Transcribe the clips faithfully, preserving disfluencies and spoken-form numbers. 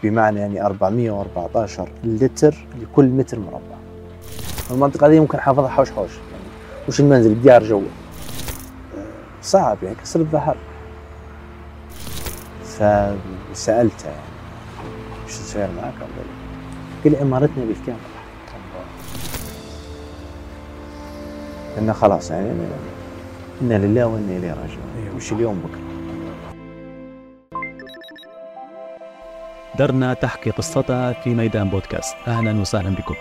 بمعنى يعني أربعمئة وأربعة عشر لتر لكل متر مربع. المنطقة هذه ممكن حافظها حوش حوش يعني وش المنزل بديار جوا صعب يعني كسر الذهب. فسألته يعني وش تسوي معك؟ قال لي عمارتنا بالكامل. إنه خلاص يعني إنا لله وإنا إليه راجعون. وش اليوم بكرة. درنا تحكي قصتها في ميدان بودكاست. أهلا وسهلا بكم.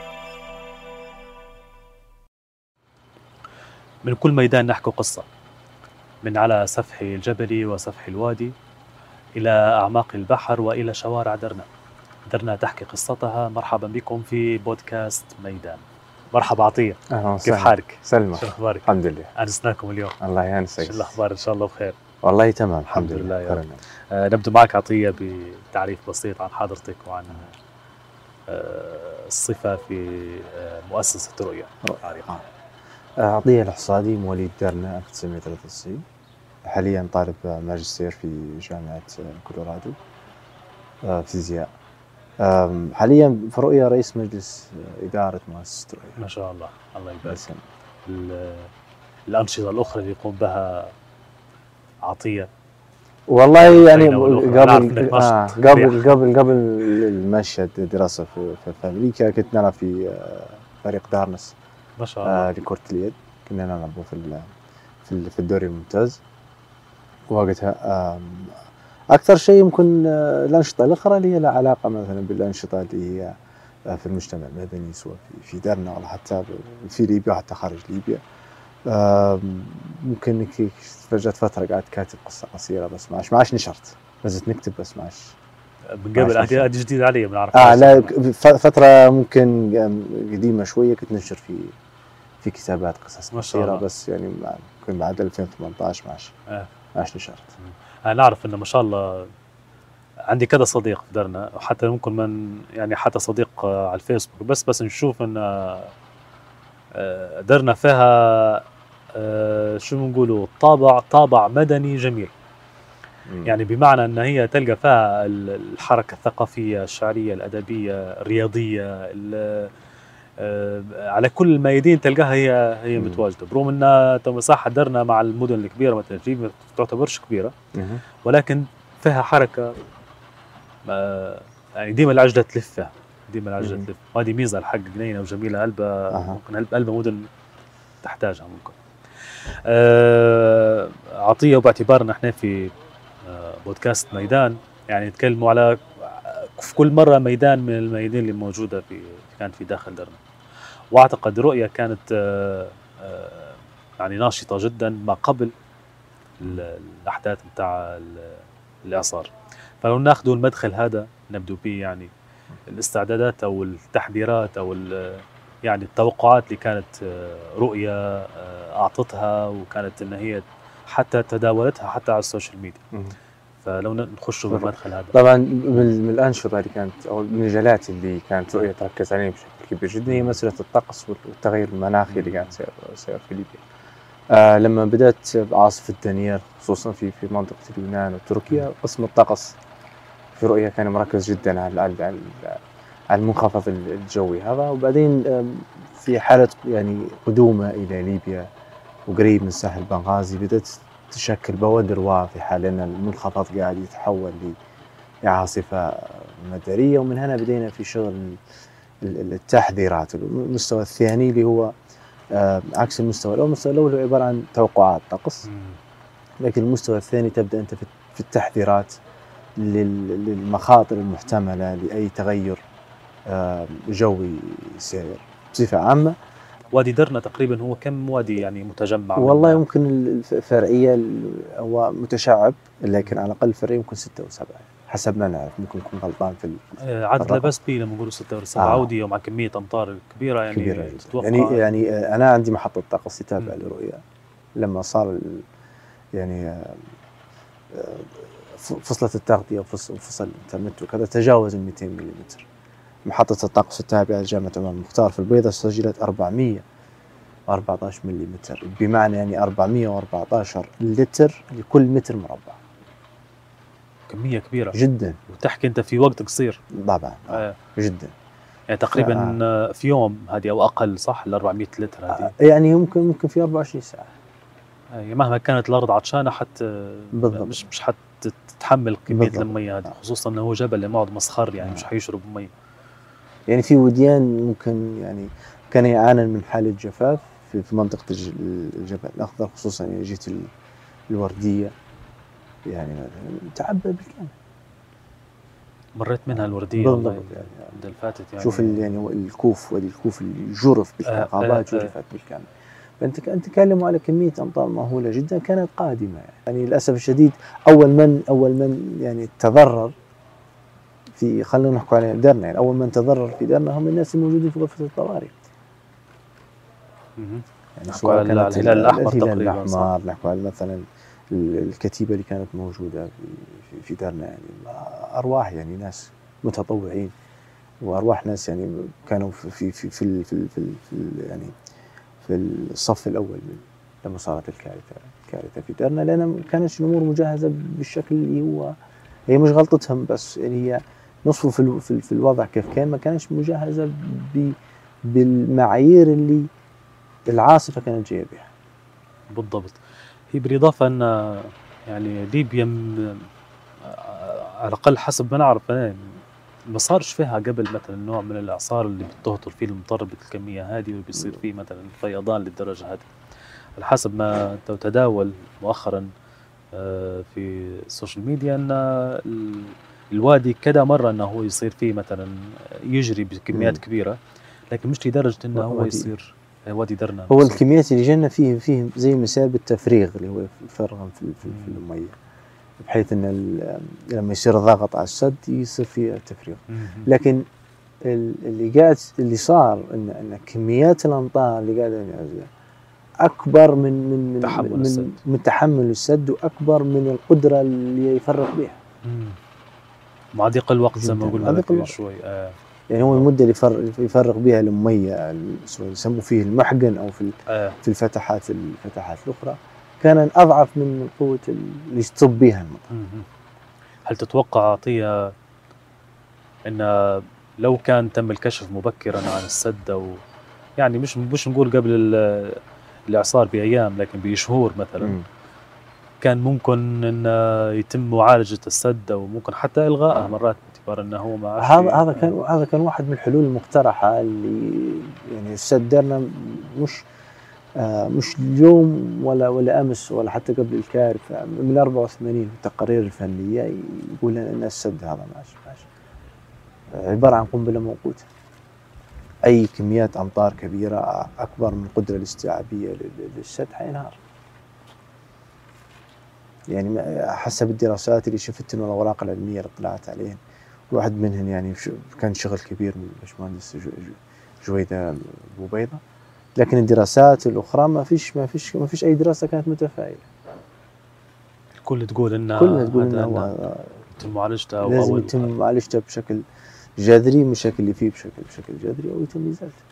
من كل ميدان نحكي قصة، من على سفح الجبل وسفح الوادي إلى أعماق البحر وإلى شوارع درنا. درنا تحكي قصتها. مرحبا بكم في بودكاست ميدان. مرحبا عطية. كيف حالك؟ سلمى. شو أخبارك؟ الحمد لله. أنسناكم اليوم. الله ينسك. شو الأخبار؟ إن شاء الله بخير. والله تمام الحمد, الحمد لله. لله. آه نبدأ معك عطية بتعريف بسيط عن حضرتك وعن آه الصفة في آه مؤسسة رؤية. عطية الحصادي، مواليد درنا ألف وتسعمئة وثلاثة وتسعين، حاليا طالب ماجستير في جامعة كولورادو فيزياء. حاليا في رؤية رئيس مجلس إدارة مؤسسة رؤية. ما شاء الله، الله يبارك. الأنشطة الأخرى اللي يقوم بها عطية والله يعني قبل آه قبل قبل قبل المشهد دراسة في, في أمريكا كنت نلعب في فريق دارنس ما شاء الله آه لكرة اليد. كنا نلعبه في في في الدوري الممتاز. وقتها أكثر شيء يمكن الأنشطة الأخرى اللي هي لها علاقة مثلا بالأنشطة اللي هي في المجتمع المدني سواء في في درنا ولا حتى في ليبيا وحتى خارج ليبيا. ممكن فجأة فترة قعدت كاتب قصة قصيرة بس معش معش نشرت، بس نكتب بس معش من قبل. هذه جديد علي ما نعرف. آه لا فترة ممكن قديمة شوية كنت ننشر في في كتابات قصص قصيرة بس يعني ممكن بعد ألفين وثمانية عشر معش آه. معش نشرت. أنا نعرف إنه ما شاء الله عندي كذا صديق في درنا، وحتى ممكن من يعني حتى صديق على الفيسبوك بس بس نشوف إن درنا فيها شو بنقولوا طابع طابع مدني جميل. م. يعني بمعنى أن هي تلقى فيها الحركة الثقافية الشعرية الأدبية الرياضية على كل الميادين تلقاها هي هي م. متواجدة. برغم أن مساحة درنا مع المدن الكبيرة مثل جيب تعتبرش كبيرة م. ولكن فيها حركة يعني ديما العجلة تلفها ديما العجلة تلف. وهذه ميزة الحق جنينة وجميلة قلبة أه. ممكن قلبة مدن تحتاجها ممكن. أه عطية وباعتبارنا احنا في أه بودكاست ميدان يعني نتكلموا على في كل مرة ميدان من الميادين اللي موجودة في كانت في داخل درنا. واعتقد رؤية كانت أه أه يعني ناشطة جدا ما قبل الأحداث بتاع الإعصار. فلو ناخذوا المدخل هذا نبدو به يعني الاستعدادات أو التحذيرات أو يعني التوقعات اللي كانت رؤية أعطتها وكانت إن هي حتى تداولتها حتى على السوشيال ميديا. فلو نخش بالمدخل هذا. طبعا من الأنشطة اللي كانت أو المجالات اللي كانت رؤية تركز عليها بشكل كبير جدا هي مسألة الطقس والتغير المناخي اللي قاعد يصير في ليبيا. آه لما بدأت عاصفة دانيال خصوصا في في منطقة اليونان وتركيا قسم الطقس في رؤية كان مركز جدا على على على المنخفض الجوي هذا. وبعدين في حالة يعني قدومه إلى ليبيا وقريب من ساحل بنغازي بدأت تشكل بوادر واضحة لأن المنخفض قاعد يتحول لعاصفة مدارية. ومن هنا بدينا في شغل التحذيرات. المستوى الثاني اللي هو عكس المستوى الأول. المستوى الأول هو عبارة عن توقعات طقس، لكن المستوى الثاني تبدأ أنت في التحذيرات للمخاطر المحتملة لأي تغير جوي سائر بصفة عامة. وادي درنا تقريبا هو كم وادي يعني متجمع؟ والله يمكن الفرعية هو متشعب لكن على الأقل الفرعية يمكن ستة وسبعة حسب ما نعرف. ممكن يكون غلطان في عدد لبس بي لما نقولوا ستة وسبعة عودية ومع كمية أمطار كبيرة يعني كبيرة يعني يعني أنا عندي محطة طقس تتابع لرؤية لما صار يعني فصلت التغطية وفصل الانترنت وكذا تجاوز مئتين ملم. محطة الطقس التابعة لجامعة عمر المختار في البيضة سجلت أربعمئة وأربعة عشر ملم بمعنى يعني أربعمئة وأربعة عشر لتر لكل متر مربع. كميه كبيره جدا. وتحكي انت في وقت قصير طبعا آه. آه. جدا يعني تقريبا آه. في يوم هذه او اقل صح ال أربعمية لتر هذه آه. يعني ممكن ممكن في أربعة وعشرين ساعه. يعني مهما كانت الارض عطشانه حتى بالضبط. مش مش حتتحمل كميه بالضبط. الميه هذه، خصوصا انه هو جبل معظم مصخر يعني آه. مش حيشرب مي. يعني في وديان ممكن يعني كان يعاني من حاله جفاف في في منطقه الجبل الاخضر، خصوصا يعني جهه الورديه يعني تعبى بالكامل. مريت منها الورديه بالضبط. والله يعني اللي فاتت يعني شوف يعني الكوف، وادي الكوف اللي جرف بالعقابات، آه آه جرفت آه. بالكامل. فانت انت تتكلم على كميه امطار مهوله جدا كانت قادمه. يعني للاسف الشديد اول من اول من يعني تضرر في، خلينا نحكي على درنا، يعني اول من تضرر في درنا هم الناس الموجودين في غرفه الطوارئ. يعني سواء كانت الهلال الاحمر الهلال الاحمر، نحكي على مثلا الكتيبه اللي كانت موجوده في في دارنا، يعني ارواح يعني ناس متطوعين وارواح ناس يعني كانوا في في في في, في, في, في يعني في الصف الاول لما صارت الكارثه الكارثه في دارنا، لان ما كانتش الامور مجهزه بالشكل اللي هو، هي مش غلطتهم بس يعني هي نصفه في في, في الوضع كيف كان ما كانش مجهزه بالمعايير اللي العاصفه كانت جايه بها. بالضبط. هي بالاضافه ان يعني ليبيا على الاقل حسب ما نعرف انا ما صارش فيها قبل مثلا نوع من الاعصار اللي بتهطل فيه المطر بالكميه هذه وبيصير فيه مثلا فيضان للدرجه هذه. على حسب ما تداول مؤخرا في السوشيال ميديا ان الوادي كذا مره انه هو يصير فيه مثلا يجري بكميات م. كبيره، لكن مش لدرجه انه هو يصير وادي درنا. هو الكميات اللي جانا فيه فيه زي مثال بالتفريغ اللي هو فرغا في, في, في الميه، بحيث ان لما يصير ضغط على السد يصير فيه تفريغ. لكن اللي قاعد اللي صار ان ان كميات الامطار اللي قاعده اكبر من من من تحمل من, السد. من تحمل السد واكبر من القدره اللي يفرغ بها. مع ضيق الوقت زي ما قلنا شوي آه. يعني هو المده اللي يفرغ بها الميه يسموا فيه المحقن او في آه. في الفتحات الفتحات الاخرى كان اضعف من قوه اللي يصب بها المطر. هل تتوقع عطيه ان لو كان تم الكشف مبكرا عن السد، او يعني مش مش نقول قبل الاعصار بايام لكن بشهور مثلا، م. كان ممكن ان يتم معالجه السد او ممكن حتى الغائها مرات باعتبار انه هو ما هذا هذا كان هذا كان واحد من الحلول المقترحه اللي يعني السد دارنا مش آه مش اليوم ولا ولا امس ولا حتى قبل الكارثه، من أربعة وثمانين التقارير الفنيه يقول لنا ان السد هذا ماشي ماشي عباره عن قنبله موقوته. اي كميات امطار كبيره اكبر من القدره الاستيعابيه للسد حينهار. يعني حسب الدراسات اللي شفتها والاوراق العلميه اللي طلعت عليهم، واحد منهم يعني كان شغل كبير من الباشمهندس جويده بوبيضه، لكن الدراسات الاخرى ما فيش ما فيش ما فيش اي دراسه كانت متفائله. الكل تقول ان كلها تقول انه يتم معالجتها او لازم يتم معالجتها بشكل جذري، المشاكل اللي فيه بشكل بشكل جذري او يتم ازالته.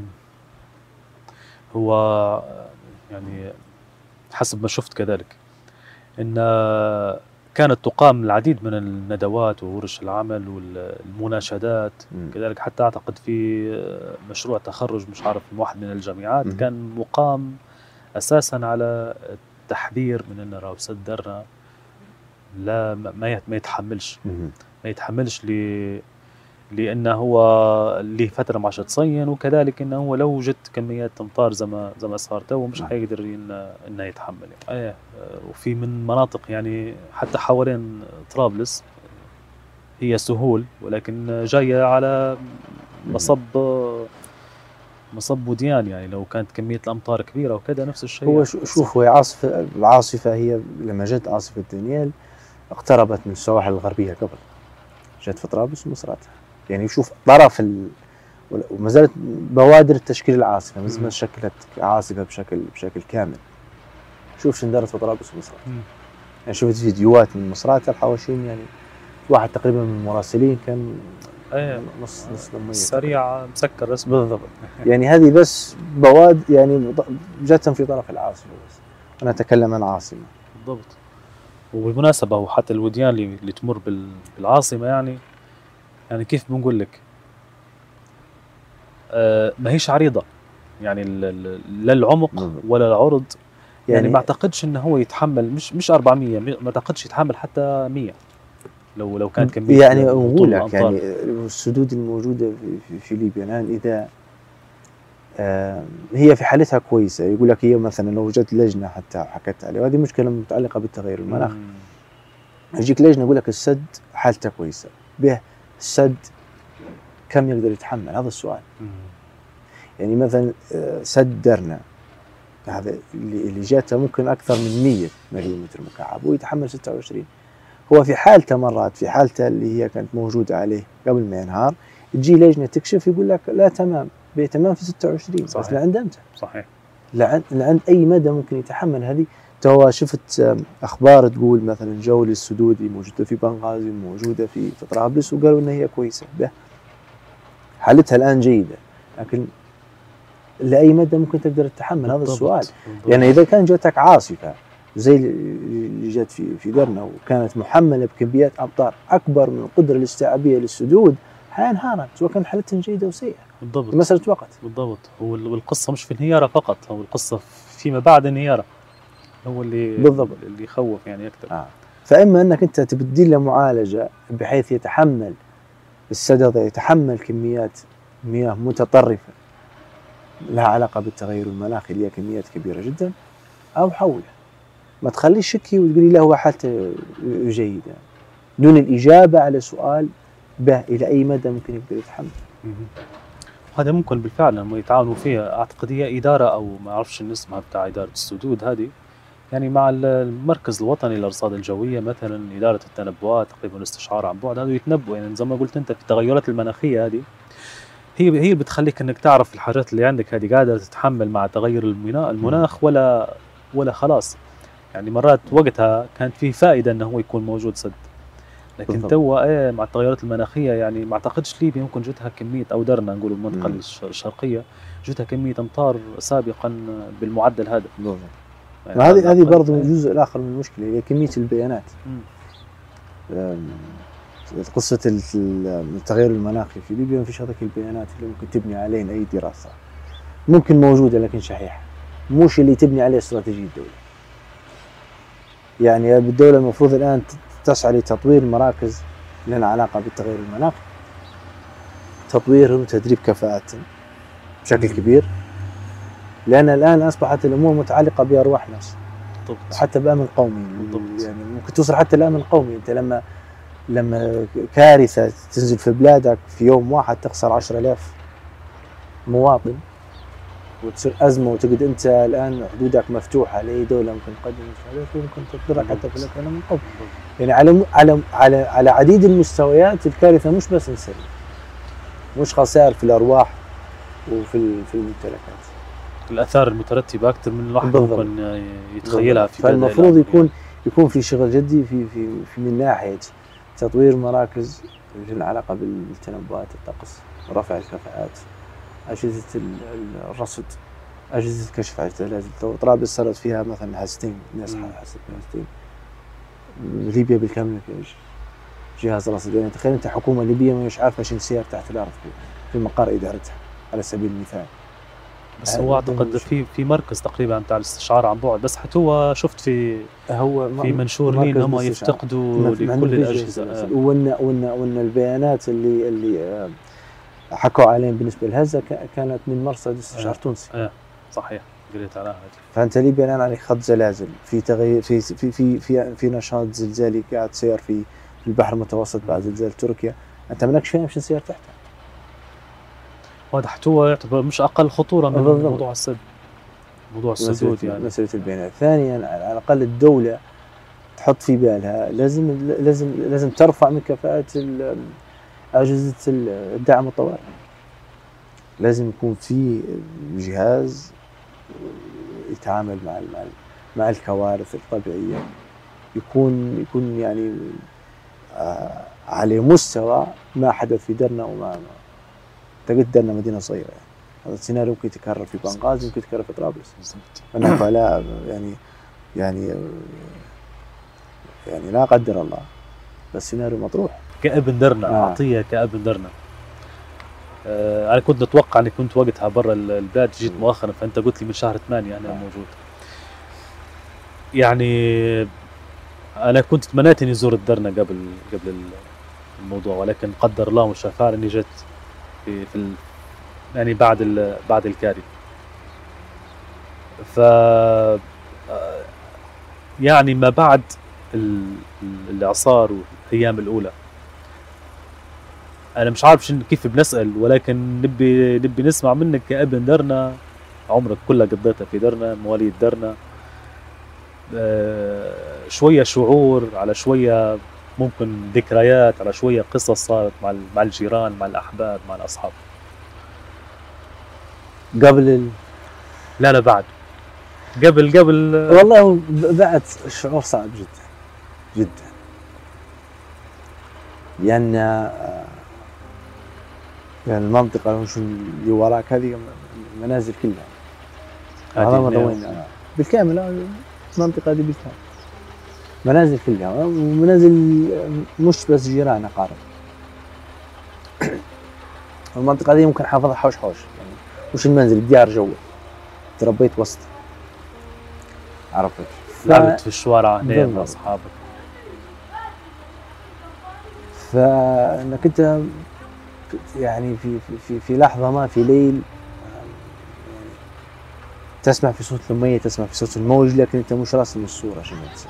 هو يعني حسب ما شفت كذلك ان كانت تقام العديد من الندوات وورش العمل والمناشدات م. كذلك، حتى اعتقد في مشروع تخرج مش عارف من واحد من الجامعات م. كان مقام اساسا على التحذير من ان راهو سد درنا لا ما ما يتحملش م. ما يتحملش ل لانه هو لفتره ما عادش تصين، وكذلك انه هو لو وجد كميات امطار زي ما زي ما صار تو مش حيقدر انه انه يتحمل يعني. ايه وفي من مناطق يعني حتى حوالين طرابلس هي سهول ولكن جايه على مصب مصب وديان، يعني لو كانت كميه الامطار كبيره وكذا نفس الشيء. هو شوف هو عاصفه العاصفه هي لما جت عاصفه دانيال اقتربت من السواحل الغربيه قبل، جت في طرابلس ومصراتها، يعني شوف طرف ال... وما زالت بوادر تشكيل العاصفه مثل ما شكلت عاصفه بشكل بشكل كامل. شوف شو اندرت في طرابلس ومصرات. يعني شفت فيديوهات من مصرات الحواشين، يعني واحد تقريبا من المراسلين كان ايه نص نص لمية سريع مسكر رسمي بالضبط. يعني هذه بس بواد يعني جاتهم في طرف العاصفه، بس انا اتكلم عن عاصمه بالضبط. وبالمناسبة وحتى الوديان اللي, اللي تمر بالعاصمة يعني يعني كيف بنقول لك آه ما هيش عريضة يعني لا العمق ولا العرض يعني, يعني ما اعتقدش انه هو يتحمل مش مش أربعمية، ما اعتقدش يتحمل حتى مية لو لو كانت كمية يعني اقول لك يعني السدود الموجودة في, في, في ليبيا الآن إذا آه هي في حالتها كويسة، يقول لك هي مثلا لو جت لجنة حتى حكت عليه، وهذه مشكلة متعلقة بالتغير المناخي. يجيك لجنة يقول لك السد حالته كويسة، به السد كم يقدر يتحمل؟ هذا السؤال. مم. يعني مثلا سد درنا هذا اللي جاته ممكن أكثر من مية مليون متر مكعب ويتحمل ستة وعشرين. هو في حالته مرات في حالته اللي هي كانت موجودة عليه قبل ما ينهار تجي لجنة تكشف يقول لك لا تمام تمام في ستة وعشرين. صحيح. بس لعند أمتى؟ صحيح. لعند لعند أي مدى ممكن يتحمل هذه. تو شفت أخبار تقول مثلا جولة السدودي موجودة في بنغازي موجودة في طرابلس وقالوا إن هي كويسة، به حالتها الآن جيدة، لكن لأي مدى ممكن تقدر تتحمل؟ هذا السؤال. بالضبط. يعني إذا كان جاتك عاصفة زي اللي جات في في درنا وكانت محملة بكميات أمطار أكبر من القدرة الاستيعابية للسدود حينهارت، سواء كانت حالتها جيدة وسيئة. بالضبط. مسألة وقت. بالضبط. والقصة مش في الانهيار فقط، هو القصة فيما بعد الانهيار هو اللي بالضبط. اللي يخوف يعني أكثر. آه. فإما أنك أنت تبدي له معالجة بحيث يتحمل السد هذا، يتحمل كميات مياه متطرفة لها علاقة بالتغير المناخي اللي هي كميات كبيرة جدا، أو حوله. ما تخليش شكي وتقولي له هو حالته جيدة دون الإجابة على سؤال به إلى أي مدى ممكن يقدر يتحمل. هذا ممكن بالفعل لما يتعاونوا فيها. أعتقد هي إدارة أو ما أعرفش اسمها بتاع إدارة السدود هذه، يعني مع المركز الوطني للأرصاد الجوية مثلا، إدارة التنبؤات تقريبا الاستشعار عن بعد، هذا يتنبؤ يعني زي ما قلت أنت في التغيرات المناخية هذه، هي هي اللي بتخليك إنك تعرف الحاجات اللي عندك هذه قادرة تتحمل مع تغير المناخ ولا ولا خلاص. يعني مرات وقتها كانت فيه فائدة إنه هو يكون موجود سد، لكن توا إيه مع التغيرات المناخية يعني ما أعتقدش ليبيا ممكن جتها كمية، أو درنا نقول المنطقة مم. الشرقية جتها كمية أمطار سابقا بالمعدل هذا. يعني هذه هذه برضه الجزء الآخر من المشكلة هي كمية البيانات. قصة التغير المناخي في ليبيا ما فيش هذيك البيانات اللي ممكن تبني عليه أي دراسة، ممكن موجودة لكن شحيحة، مش اللي تبني عليه استراتيجية الدولة. يعني بالدولة المفروض الآن تسعى لتطوير مراكز لها علاقة بالتغير المناخي، تطويرهم وتدريب كفاءات بشكل كبير، لأن الآن أصبحت الأمور متعلقة بأرواح ناس حتى بأمن قومي. يعني ممكن توصل حتى الأمن القومي. أنت لما لما كارثة تنزل في بلادك في يوم واحد تخسر عشرة آلاف مواطن وتصير أزمة، وتجد أنت الآن حدودك مفتوحة لأي دولة ممكن تقدم مساعدات وممكن تضرك حتى في الأمن القومي. يعني على على على على عديد المستويات الكارثة مش بس إنسانية، مش خسائر في الأرواح وفي في الممتلكات، الآثار المترتبة أكثر من الواحد ممكن يتخيلها. في فالمفروض يكون يكون في شغل جدي في في في من ناحية تطوير مراكز لها علاقة بالتنبؤات الطقس ورفع الكفاءات، أجهزة الرصد، أجهزة كشف على الزلازل. طرابلس صارت فيها مثلا حاستين، الناس حست حاستين. ليبيا بالكامل فيها جهاز رصد. يعني تخيل أنت حكومة ليبية ما مش عارفة شنو سير تحت الأرض في مقر إدارتها على سبيل المثال. بس هو أعتقد في في مركز تقريبا بتاع الاستشعار عن بعد، بس حتى هو شفت في هو في منشور لي إنهم يفتقدوا لكل الأجهزة. وإن وإن وإن البيانات اللي اللي حكوا عليهم بالنسبة لهذا كانت من مرصد استشعار تونسي. آه. صحيح، قريت على هذا. فأنت ليبيا الآن على خط زلازل، في تغيير في في في في, في نشاط زلزالي قاعد سير في في البحر المتوسط بعد زلزال تركيا، أنت مالكش فاهم شو سير تحتها. واضح هو يعتبر مش أقل خطورة من بالضبط. موضوع السد، موضوع السدود يعني مسألة البيانات. ثانيا على الأقل الدولة تحط في بالها لازم لازم لازم ترفع من كفاءة أجهزة الدعم الطوارئ. لازم يكون في جهاز يتعامل مع مع الكوارث الطبيعية، يكون يكون يعني آه على مستوى ما حدث في درنا وما تقد درنا مدينة صغيرة. يعني هذا السيناريو ممكن يتكرر في بنغازي، ممكن يتكرر في طرابلس. هناك لا يعني يعني يعني لا قدر الله، بس سيناريو مطروح. كابن درنا آه. اعطيها كابن درنا. آه انا كنت نتوقع اني كنت وقتها برا البلاد، جيت مؤخرا، فانت قلت لي من شهر ثمانية انا آه. موجود. يعني انا كنت تمنيت اني ازور الدرنا قبل قبل الموضوع، ولكن قدر الله وشاء فعل اني جيت في, في ال يعني بعد ال بعد الكارثه. ف يعني ما بعد الاعصار والايام الاولى، انا مش عارف شن كيف بنسال، ولكن نبي نبي نسمع منك كابن درنا، عمرك كله قضيته في درنا، مواليد درنا، أه شويه شعور على شويه ممكن ذكريات على شويه قصص صارت مع مع الجيران مع الاحباب مع الاصحاب. قبل ال... لا لا بعد قبل قبل والله بعد الشعور صعب جدا جدا، لأن يعني المنطقة اللي وراك هذه المنازل كلها هذا مرة وين بالكامل، المنطقة دي بالكامل منازل كلها، ومنازل مش بس جيران أقارب. المنطقة دي ممكن حافظها حوش حوش، يعني مش المنزل ديار جوا، تربيت وسط، عرفت؟ لعبت في الشوارع هنا مع أصحابك. فانك انت يعني في في في لحظه ما في ليل تسمع في صوت المية، تسمع في صوت الموج، لكن انت مش راسم الصوره شو بتصير.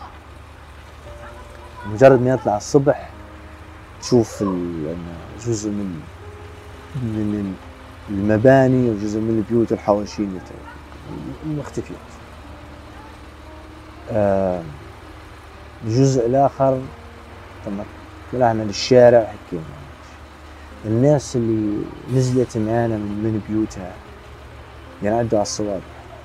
مجرد ما يطلع الصبح تشوف جزء من من المباني وجزء من البيوت والحواشين مختفيات. آه الجزء الاخر طبعا طلعنا للشارع، حكينا الناس اللي نزلت معانا من, من بيوتها ينعدوا على الصوابع.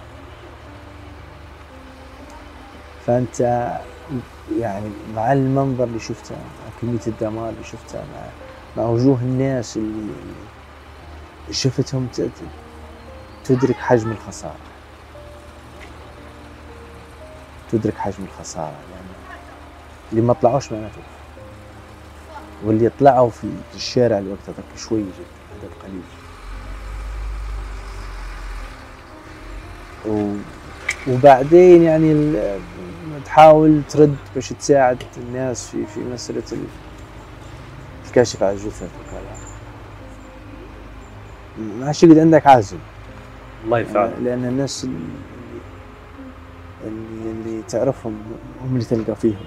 فأنت يعني مع المنظر اللي شفته، مع كمية الدمار اللي شفتها، مع, مع وجوه الناس اللي شفتهم تدرك حجم الخسارة، تدرك حجم الخسارة يعني اللي ما طلعوش معناته، واللي طلعوا في الشارع الوقت هذاك شوي جدا، هذا القليل. وبعدين يعني تحاول ترد باش تساعد الناس في في مسألة الكشف على الجثث وكذا، ما عادش يقعد عندك عازم والله فعلا، لأن الناس اللي, اللي, اللي تعرفهم هم اللي تلقى فيهم.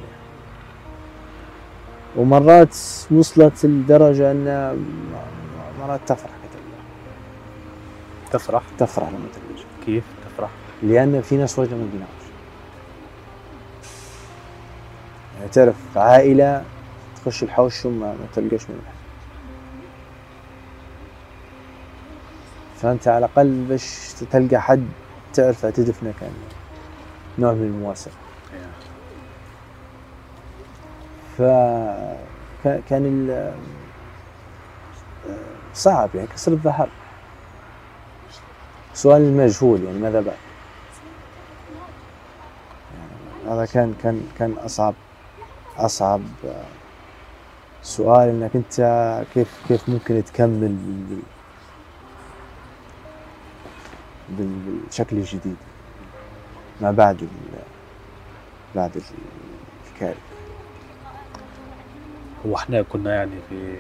ومرات وصلت لدرجة أن مرات تفرح كتلقى. تفرح؟ تفرح لما تلقى. كيف تفرح؟ لأن في ناس وجهها ما يلقيناش. يعني تعرف عائلة تخش الحوش ما, ما تلقاش منها، فأنت على الأقل باش تلقى حد تعرفه تدفنه، كان نوع من المواساة. فكان صعب يعني كسر الظهر، سؤال المجهول يعني ماذا بعد. يعني هذا كان كان كان أصعب أصعب سؤال، إنك أنت كيف كيف ممكن تكمل بالشكل الجديد ما بعد بعد الكارثة. هو احنا كنا يعني في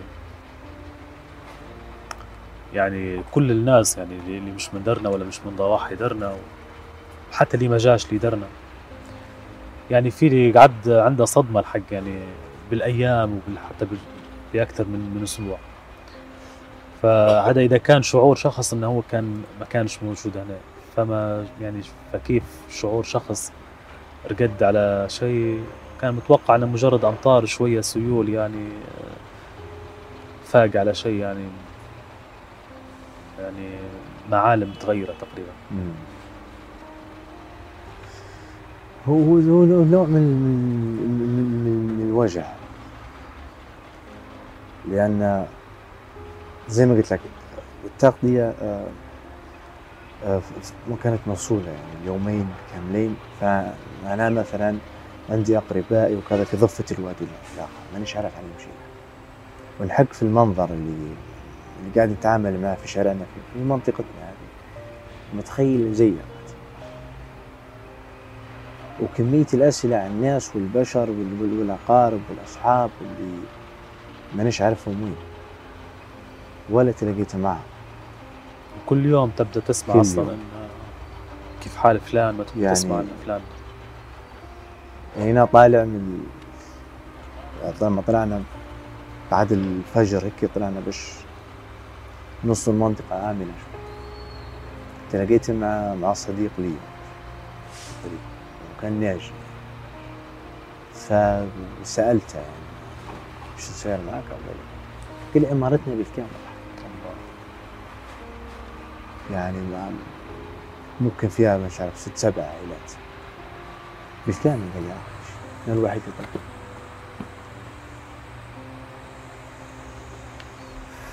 يعني كل الناس يعني اللي مش من درنا ولا مش من ضواحي درنا، وحتى اللي ما جاش لي درنا، يعني في اللي قعد عنده صدمة الحق يعني بالايام وحتى باكثر من من اسبوع. فهذا اذا كان شعور شخص انه هو كان ما كانش موجود هنا، فما يعني فكيف شعور شخص رقد على شيء كان متوقع انه مجرد امطار شويه سيول، يعني فاق على شيء يعني يعني معالم تغيرت تقريبا. مم. هو هو نوع من من من, من الوجع، لان زي ما قلت لك التغطيه ما كانت موصوله يعني يومين كاملين، فمعناه مثلا عندي أقربائي وكذا في ضفة الوادي الآخر مانيش عارف عنهم شيء. والحق في المنظر اللي اللي قاعد نتعامل معه في شارعنا في منطقتنا هذه، متخيل زيه. وكمية الأسئلة عن الناس والبشر والأقارب والأصحاب اللي مانيش عارفهم وين ولا تلاقيته معهم. كل يوم تبدأ تسمع أصلا يوم. إن كيف حال فلان، ما تبدأ يعني تسمع عن فلان. هنا طالع من لما طلعنا بعد الفجر هيك، طلعنا بش نص المنطقة آمنة شوي. تلاقيت مع مع صديق لي وكان ناجي، فسألته يعني وش صاير معك؟ قال لي عمارتنا بالكامل يعني ممكن فيها مش عارف ست سبع عائلات بالكامل. قال لي أنا الوحيد اللي طلع. ف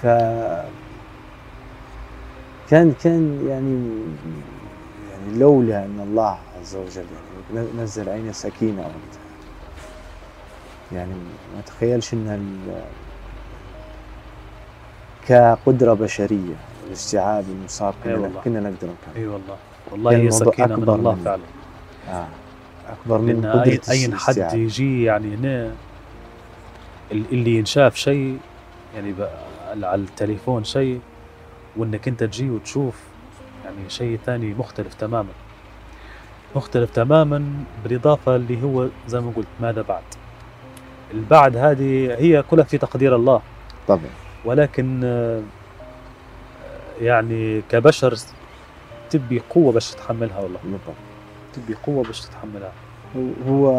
كان كان يعني يعني لولا أن الله عز وجل يعني نزل علينا سكينة وقتها، يعني ما تخيلش إن كقدرة بشرية الاستيعاب المصاب كنا كنا نقدر نكمل. اي والله والله هي سكينة من الله من فعلا. آه أكبر من لأن قدرة أي حد يجي يعني هنا اللي ينشاف شيء يعني على التليفون شيء، وإنك أنت تجي وتشوف يعني شيء ثاني مختلف تماما مختلف تماما. بالإضافة اللي هو زي ما قلت ماذا بعد. البعد هذه هي كلها في تقدير الله طبعا، ولكن يعني كبشر تبي قوة باش تتحملها. والله بالضبط تبي قوة باش تتحملها. هو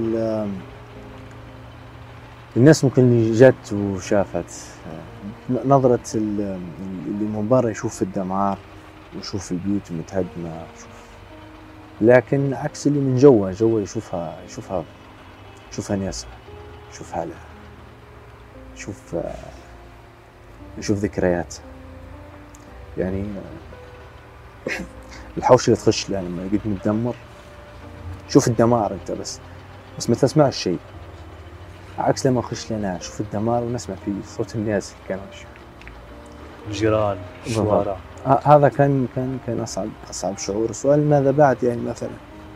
الناس ممكن اللي جت وشافت نظرة اللي من برا يشوف الدمار ويشوف البيوت المتهدمة، لكن عكس اللي من جوا جوا يشوفها يشوفها يشوفها ناس، يشوف حالها، يشوف يشوف ذكريات. يعني الحوش اللي تخش له لما قد متدمر شوف الدمار انت بس بس ما تسمعش شيء، عكس لما نخش لنا شوف الدمار ونسمع فيه صوت الناس اللي كانوا يمشوا، الجيران، الشوارع. هذا كان كان كان اصعب اصعب شعور. السؤال ماذا بعد؟ يعني مثلا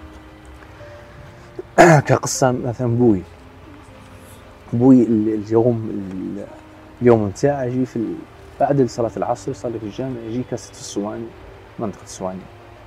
كقصة مثلا بوي بوي اليوم اليوم متاع يجي في بعد صلاة العصر يصلي في الجامع، يجي كاسة في الصواني منطقة الصواني،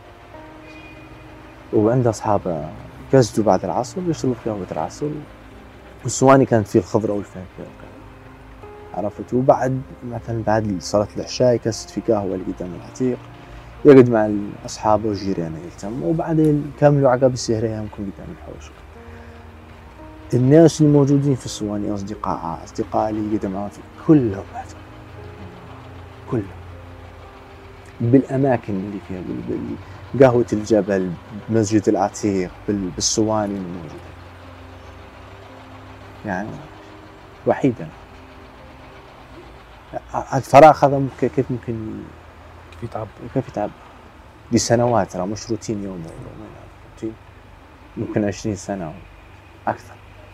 وعنده أصحابه كاسدوا بعد العصر يشربوا في قهوة العصر، والصواني كانت فيه الخضرة والفاكهة عرفت. وبعد مثلا بعد صلاة العشاء يكست في قهوة اللي قدام العتيق، يقعد مع أصحابه وجيرانه يلتم، وبعدين يكملوا عقب السهرة يمكن قدام الحوش. الناس اللي موجودين في الصواني أصدقاء أصدقاء اللي قدام معهم كلهم ماتوا كلهم بالأماكن اللي فيها، قهوة الجبل، مسجد العتيق، بالصواني الموجودة، يعني وحيدا. الفراغ هذا ممكن كيف ممكن كيف يتعب كيف يتعب بسنوات، ترى مش روتين يوم ويومين، روتين ممكن عشرين سنة أكثر.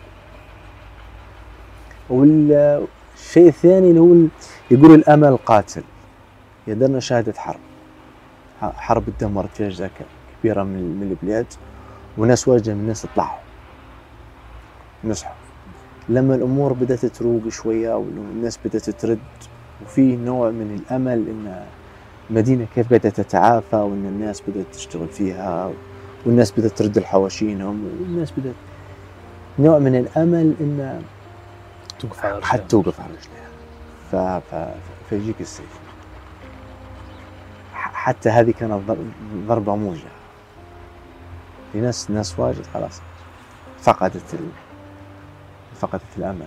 والشيء الثاني اللي هو يقول الأمل قاتل. يقدرنا شهادة حرب حرب دمرت أجزاء كبيرة من البلاد، وناس واجد من الناس طلعوا نصحوا. لما الأمور بدأت تروق شوية والناس بدأت ترد وفي نوع من الأمل إن المدينة كيف بدأت تتعافى، وإن الناس بدأت تشتغل فيها، والناس بدأت ترد الحواشينهم، والناس بدأت نوع من الأمل إن توقف على رجلها، حتى توقف على رجلها. فيجيك السيف. حتى هذه كانت ضربة موجعة في ناس ناس واجد خلاص فقدت ال... فقدت الأمل.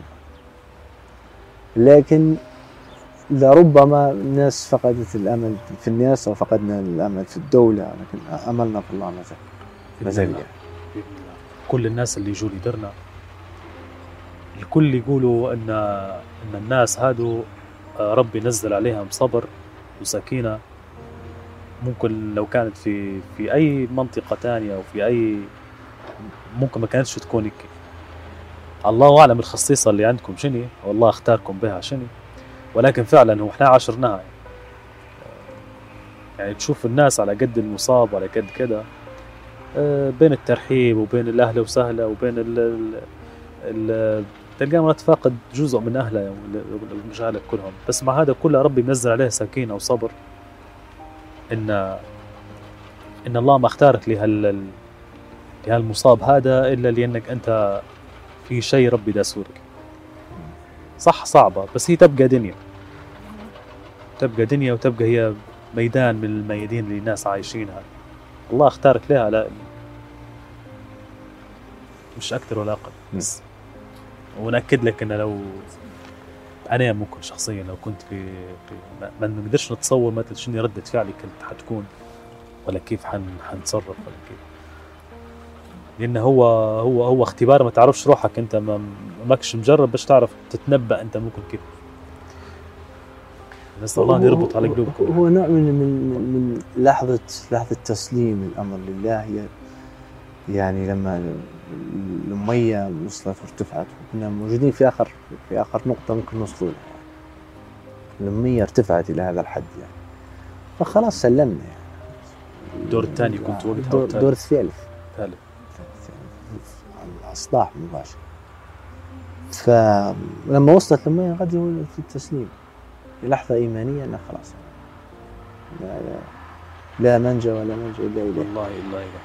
لكن لربما الناس فقدت الأمل في الناس أو فقدنا الأمل في الدولة، لكن أملنا في الله مازال مازال. كل الناس اللي يجوا يدرنا الكل يقولوا إن إن الناس هادو ربي نزل عليهم صبر وسكينة. ممكن لو كانت في في أي منطقة تانية أو في أي ممكن ما كانتش تكون هيك. الله اعلم الخصيصه اللي عندكم شنو، والله اختاركم بها شنو، ولكن فعلا هو احنا عاشرناها. يعني تشوف الناس على قد المصاب وعلى قد كده، بين الترحيب وبين الاهلا وسهلا وبين ال ال ال تلقى ما تفاقد جزء من اهله ومشاهدك كلهم، بس مع هذا كله ربي منزل عليه سكينه وصبر، ان ان الله ما اختارك لهال لهالمصاب هذا الا لانك انت في شيء ربي داسولك. صح صعبه، بس هي تبقى دنيا، تبقى دنيا وتبقى هي ميدان من الميادين اللي الناس عايشينها. الله اختارك لها، لا مش اكثر ولا اقل. بس ونأكد لك ان لو انا ممكن شخصيا لو كنت في, في ما نقدرش نتصور مثلا شنو ردة فعلي كنت حتكون، ولا كيف حن حنتصرف ولا كيف، لان هو هو هو اختبار ما تعرفش روحك انت، ما ماكش مجرب باش تعرف تتنبأ انت ممكن كيف. نسأل الله يربط على قلوبكم. هو نوع من من من لحظة لحظة تسليم الأمر لله. هي يعني لما المية وصلت وارتفعت وكنا موجودين في آخر في آخر نقطة ممكن نوصل لها، المية ارتفعت إلى هذا الحد يعني، فخلاص سلمنا يعني. الدور الثاني كنت وقتها، دور, دور الثالث ثالث الإصلاح مباشر. فلما وصلت المية غادي في التسليم لحظة إيمانية أنه خلاص لا, لا, لا منجا ولا منجا إلا إليه، والله إلا إله.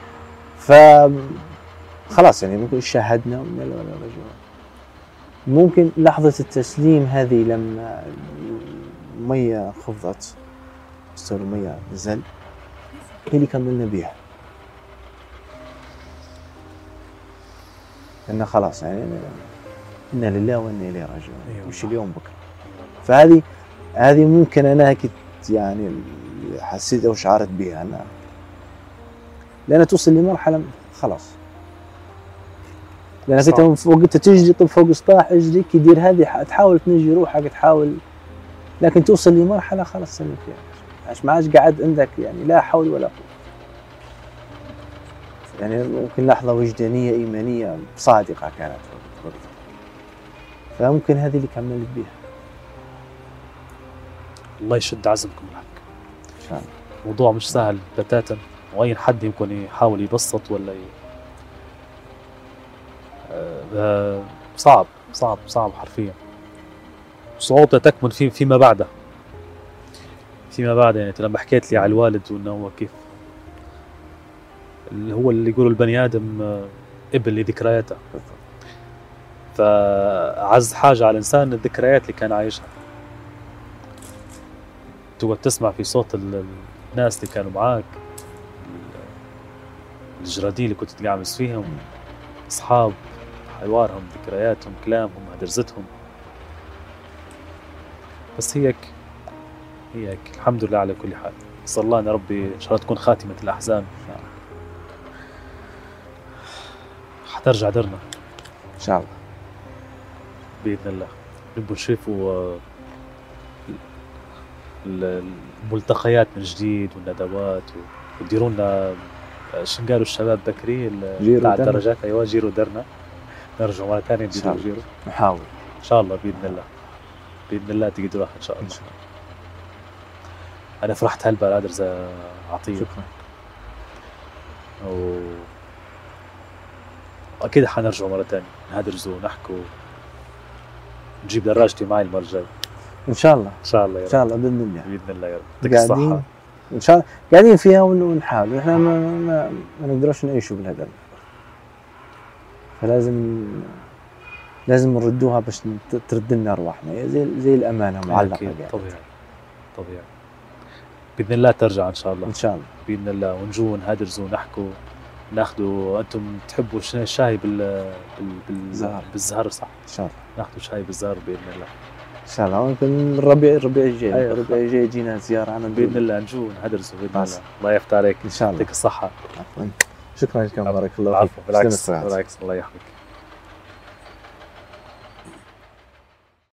فخلاص يعني ممكن شاهدنا ولا ولا رجوع. ممكن لحظة التسليم هذه لما المية خفضت، مستوى المية نزل، هي اللي كملنا بيها، لأن خلاص يعني إنا لله وإنا إليه راجعون، مش اليوم بكرة. فهذه هذه ممكن أنا كنت يعني حسيت أو شعرت بها أنا، لأن توصل لمرحلة خلاص، لأنك أنت وقت تجري طب فوق سطاح اجري يدير هذه تحاول تنجي روحك تحاول، لكن توصل لمرحلة خلاص سلم فيها، عش ما عادش قاعد عندك يعني لا حول ولا قوة. يعني ممكن لحظة وجدانية إيمانية صادقة كانت وقتها، فممكن هذه اللي كملت بها. الله يشد عزمكم الحق إن شاء الله. موضوع مش سهل بتاتا، وأي حد يمكن يحاول يبسط ولا ي... آه صعب صعب صعب حرفيا. صعوبته تكمن في فيما بعده، فيما بعد. يعني لما حكيت لي على الوالد وانه هو كيف اللي هو اللي يقولوا البني ادم ابن لذكرياته، فأعز حاجه على الانسان الذكريات اللي كان عايشها. تقعد تسمع في صوت الناس اللي كانوا معاك، الجرادين اللي كنت تقامس فيهم، اصحاب، حوارهم، ذكرياتهم، كلامهم، هدرزتهم. بس هيك هيك الحمد لله على كل حال. صلى الله يا ربي ان شاء الله تكون خاتمه الاحزان، حترجع درنا ان شاء الله باذن الله. نبغى نشوفوا الملتقيات من جديد والندوات، ويديروا لنا شنو قالوا الشباب بكري تاع الدرجات. ايوه جيروا درنا، نرجع مره ثانيه نديروا جيرو، نحاول ان شاء الله باذن الله. باذن الله تقدروها ان شاء الله. إن شاء الله. انا فرحت هلبا ادرز عطيه، شكرا. و اكيد حنرجع مره ثانيه نهدرزوا ونحكوا، نجيب دراجتي معي المره الجايه ان شاء الله. ان شاء الله يا رب. ان شاء الله باذن الله باذن الله يا رب. يعطيك الصحه. ان شاء الله قاعدين فيها ونحاول. احنا ما, ما, ما نقدرش نعيشوا بالهدف، فلازم لازم نردوها باش ترد لنا ارواحنا، زي زي الامانه معلقه يعني. طبيعي طبيعي. باذن الله ترجع ان شاء الله. ان شاء الله باذن الله. ونجوا نهدرزوا ونحكوا، ناخذوا. انتم تحبوا الشاي بال بالزهر بالزهر صح؟ ان شاء الله ناخذوا شاي بالزهر باذن الله ان شاء الله. ممكن الربيع الربيع الجاي. أيوة. الربيع الجاي يجينا زياره عنا باذن الله. نجوا نهدرزوا باذن الله. الله يفتح عليك ان شاء الله. يعطيك الصحه. عفوا. شكرا لكم، بارك الله فيك. العفو. بالعكس بالعكس الله يحفظك.